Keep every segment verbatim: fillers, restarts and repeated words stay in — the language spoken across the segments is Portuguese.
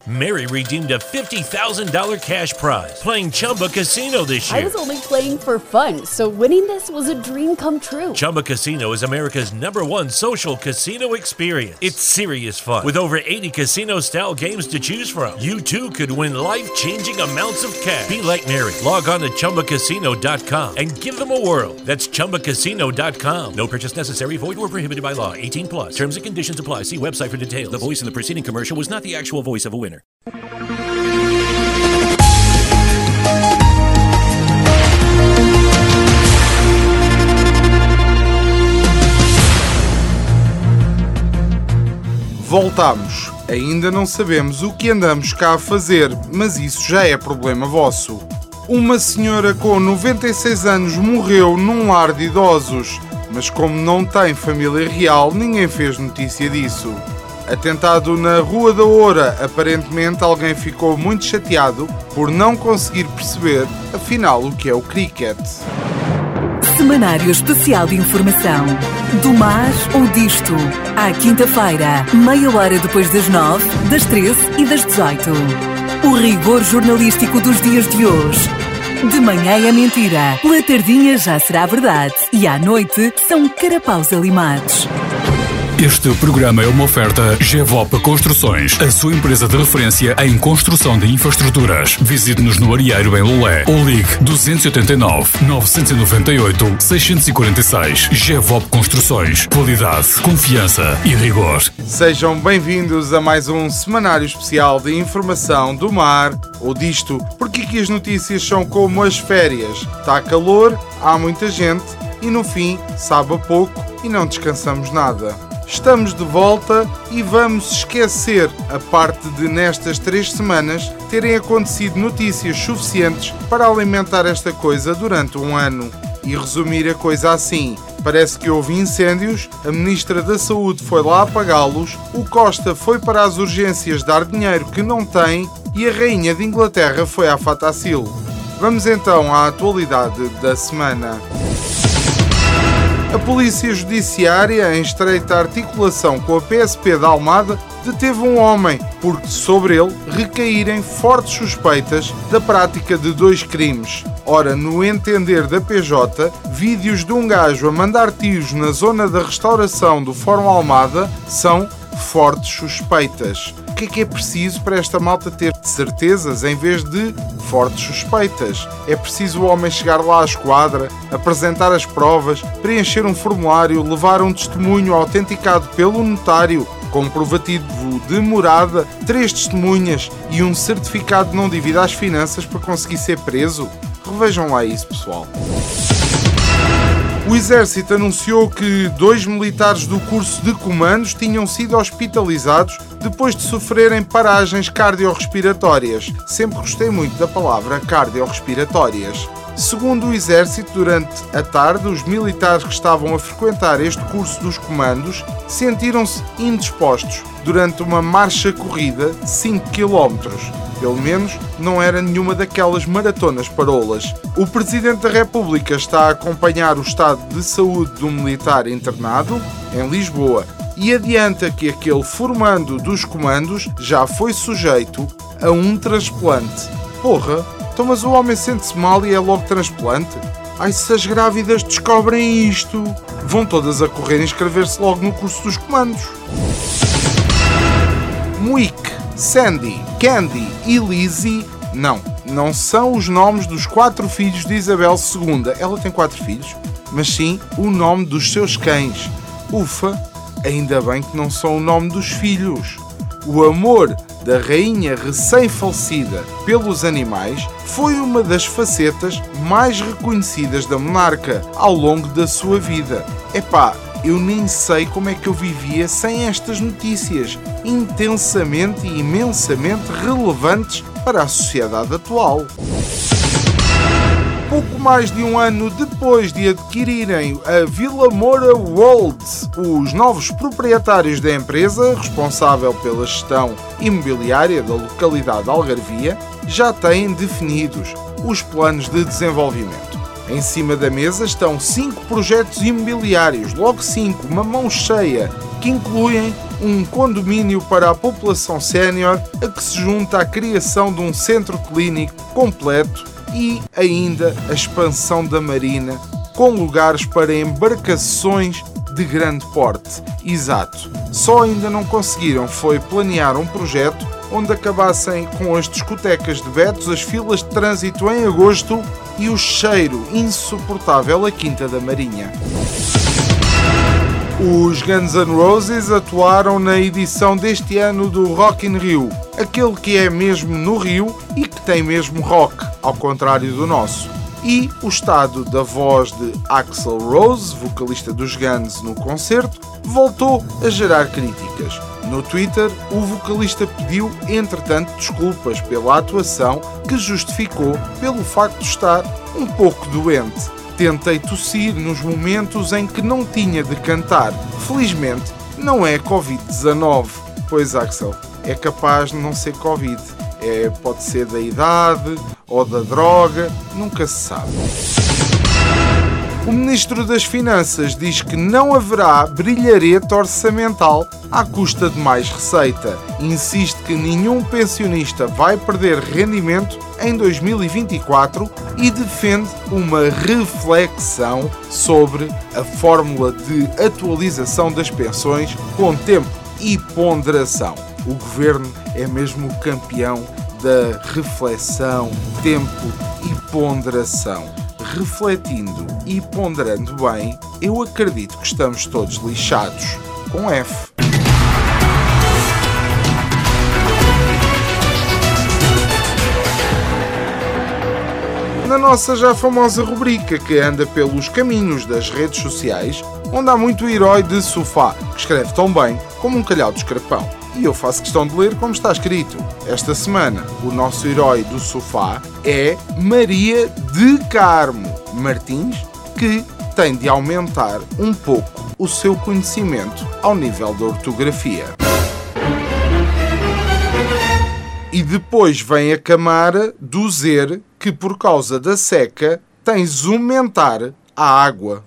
Mary redeemed a fifty thousand dollars cash prize playing Chumba Casino this year. I was only playing for fun, so winning this was a dream come true. Chumba Casino is America's number one social casino experience. It's serious fun. With over eighty casino-style games to choose from, you too could win life-changing amounts of cash. Be like Mary. Log on to Chumba Casino dot com and give them a whirl. That's Chumba Casino dot com. No purchase necessary. Void or prohibited by law. eighteen plus. Terms and conditions apply. See website for details. The voice in the preceding commercial was not the actual voice of a winner. Voltamos. Ainda não sabemos o que andamos cá a fazer, mas isso já é problema vosso. Uma senhora com noventa e seis anos morreu num lar de idosos, mas como não tem família real, ninguém fez notícia disso. Atentado na Rua da Oura, aparentemente alguém ficou muito chateado por não conseguir perceber, afinal, o que é o cricket. Semanário Especial de Informação. Do mar ou disto. À quinta-feira, meia hora depois das nove, das treze e das dezoito. O rigor jornalístico dos dias de hoje. De manhã é mentira, pela tardinha já será verdade e à noite são carapaus alimados. Este programa é uma oferta G V O P Construções, a sua empresa de referência em construção de infraestruturas. Visite-nos no Arieiro em Lolé ou ligue dois oito nove, nove nove oito, seis quatro seis. G V O P Construções. Qualidade, confiança e rigor. Sejam bem-vindos a mais um semanário especial de informação do mar ou disto. Porque aqui as notícias são como as férias. Está calor, há muita gente e no fim sabe a pouco e não descansamos nada. Estamos de volta e vamos esquecer a parte de nestas três semanas terem acontecido notícias suficientes para alimentar esta coisa durante um ano. E resumir a coisa assim: parece que houve incêndios, a Ministra da Saúde foi lá apagá-los, o Costa foi para as urgências dar dinheiro que não tem e a Rainha de Inglaterra foi à Fatacil. Vamos então à atualidade da semana. A Polícia Judiciária, em estreita articulação com a P S P da Almada, deteve um homem por sobre ele recaírem fortes suspeitas da prática de dois crimes. Ora, no entender da P J, vídeos de um gajo a mandar tiros na zona da restauração do Fórum Almada são fortes suspeitas. O que é que é preciso para esta malta ter certezas em vez de fortes suspeitas? É preciso o homem chegar lá à esquadra, apresentar as provas, preencher um formulário, levar um testemunho autenticado pelo notário, comprovativo de morada, três testemunhas e um certificado de não dívida às finanças para conseguir ser preso? Revejam lá isso, pessoal. O Exército anunciou que dois militares do curso de comandos tinham sido hospitalizados depois de sofrerem paragens cardiorrespiratórias. Sempre gostei muito da palavra cardiorrespiratórias. Segundo o Exército, durante a tarde, os militares que estavam a frequentar este curso dos comandos sentiram-se indispostos durante uma marcha-corrida de cinco quilómetros. Pelo menos não era nenhuma daquelas maratonas parolas. O Presidente da República está a acompanhar o estado de saúde do militar internado em Lisboa e adianta que aquele formando dos comandos já foi sujeito a um transplante. Porra, então mas o homem sente-se mal e é logo transplante? Ai, se as grávidas descobrem isto, vão todas a correr e inscrever-se logo no curso dos comandos. Muick, Sandy, Candy e Lizzie, não, não são os nomes dos quatro filhos de Isabel segunda. Ela tem quatro filhos, mas sim o nome dos seus cães. Ufa, ainda bem que não são o nome dos filhos. O amor da rainha recém-falecida pelos animais foi uma das facetas mais reconhecidas da monarca ao longo da sua vida. Epá, eu nem sei como é que eu vivia sem estas notícias intensamente e imensamente relevantes para a sociedade atual. Pouco mais de um ano depois de adquirirem a Vila Moura World, os novos proprietários da empresa, responsável pela gestão imobiliária da localidade de Algarvia, já têm definidos os planos de desenvolvimento. Em cima da mesa estão cinco projetos imobiliários, logo cinco, uma mão cheia, que incluem um condomínio para a população sénior, a que se junta a criação de um centro clínico completo e ainda a expansão da marina, com lugares para embarcações de grande porte. Exato. Só ainda não conseguiram foi planear um projeto onde acabassem com as discotecas de betos, as filas de trânsito em agosto e o cheiro insuportável à Quinta da Marinha. Os Guns N' Roses atuaram na edição deste ano do Rock in Rio, aquele que é mesmo no Rio e que tem mesmo rock, ao contrário do nosso. E o estado da voz de Axl Rose, vocalista dos Guns no concerto, voltou a gerar críticas. No Twitter, o vocalista pediu, entretanto, desculpas pela atuação, que justificou pelo facto de estar um pouco doente. Tentei tossir nos momentos em que não tinha de cantar. Felizmente, não é covid dezanove. Pois, Axl, é capaz de não ser Covid. É, pode ser da idade ou da droga, nunca se sabe. O Ministro das Finanças diz que não haverá brilharete orçamental à custa de mais receita. Insiste que nenhum pensionista vai perder rendimento em dois mil e vinte e quatro e defende uma reflexão sobre a fórmula de atualização das pensões com tempo e ponderação. O Governo é mesmo o campeão da reflexão, tempo e ponderação. Refletindo e ponderando bem, eu acredito que estamos todos lixados. Com F. Na nossa já famosa rubrica que anda pelos caminhos das redes sociais, onde há muito herói de sofá, que escreve tão bem como um calhau de escarpão. E eu faço questão de ler como está escrito. Esta semana, o nosso herói do sofá é Maria de Carmo Martins, que tem de aumentar um pouco o seu conhecimento ao nível da ortografia. E depois vem a camara do Zer, que por causa da seca tem de aumentar a água.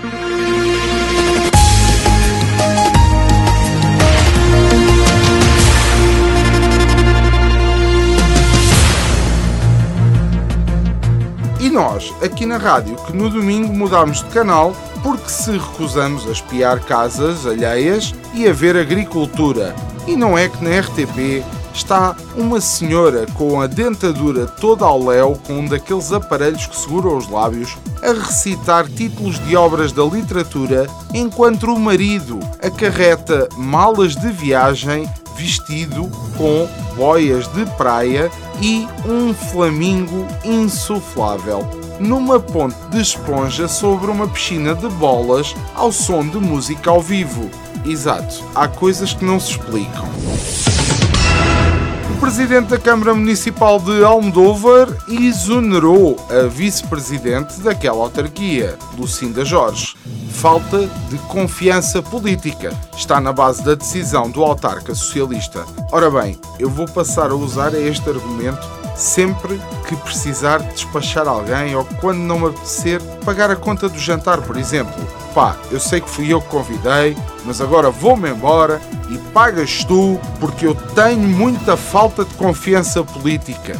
E nós, aqui na rádio, que no domingo mudámos de canal porque se recusamos a espiar casas alheias e a ver agricultura. E não é que na R T P está uma senhora com a dentadura toda ao léu, com um daqueles aparelhos que seguram os lábios, a recitar títulos de obras da literatura, enquanto o marido acarreta malas de viagem vestido com boias de praia e um flamingo insuflável, numa ponte de esponja sobre uma piscina de bolas ao som de música ao vivo. Exato, há coisas que não se explicam. O presidente da Câmara Municipal de Almodóvar exonerou a vice-presidente daquela autarquia, Lucinda Jorge. Falta de confiança política está na base da decisão do autarca socialista. Ora bem, eu vou passar a usar este argumento sempre que precisar despachar alguém ou quando não me apetecer pagar a conta do jantar, por exemplo. Pá, eu sei que fui eu que convidei, mas agora vou-me embora e pagas tu porque eu tenho muita falta de confiança política.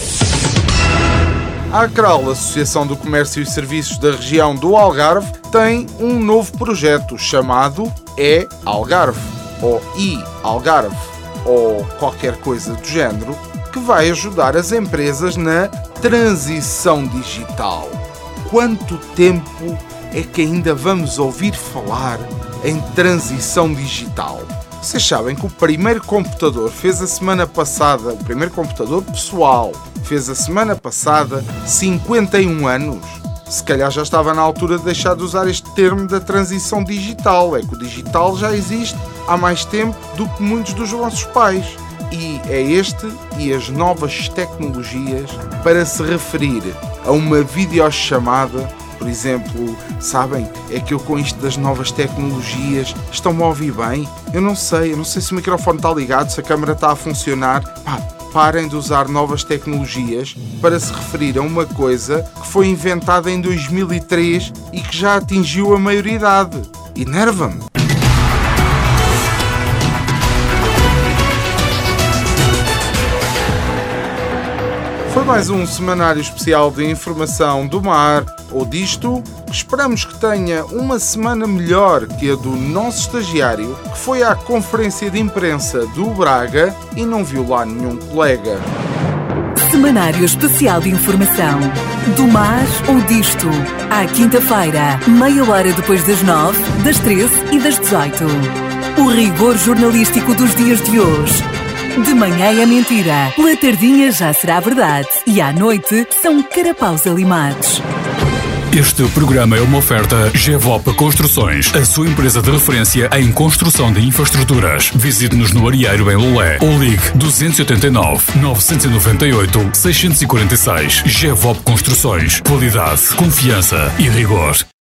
A ACRAL, Associação do Comércio e Serviços da Região do Algarve, tem um novo projeto chamado E-Algarve, ou I-Algarve, ou qualquer coisa do género, que vai ajudar as empresas na transição digital. Quanto tempo é que ainda vamos ouvir falar em transição digital? Vocês sabem que o primeiro computador fez a semana passada, o primeiro computador pessoal, fez a semana passada cinquenta e um anos. Se calhar já estava na altura de deixar de usar este termo da transição digital. É que o digital já existe há mais tempo do que muitos dos vossos pais. E é este e as novas tecnologias para se referir a uma videochamada. Por exemplo, sabem, é que eu com isto das novas tecnologias estão-me a ouvir bem? Eu não sei, eu não sei se o microfone está ligado, se a câmera está a funcionar. Pá, parem de usar novas tecnologias para se referir a uma coisa que foi inventada em dois mil e três e que já atingiu a maioridade. Enerva-me. Foi mais um semanário especial de informação do mar ou disto. Esperamos que tenha uma semana melhor que a do nosso estagiário, que foi à conferência de imprensa do Braga e não viu lá nenhum colega. Semanário especial de informação do mar ou disto. À quinta-feira, meia hora depois das nove, das treze e das dezoito. O rigor jornalístico dos dias de hoje. De manhã é mentira, pela tardinha já será verdade e à noite são carapaus alimados. Este programa é uma oferta G V O P Construções, a sua empresa de referência em construção de infraestruturas. Visite-nos no Arieiro em Lolé ou ligue dois oito nove, nove nove oito, seis quatro seis. G V O P Construções. Qualidade, confiança e rigor.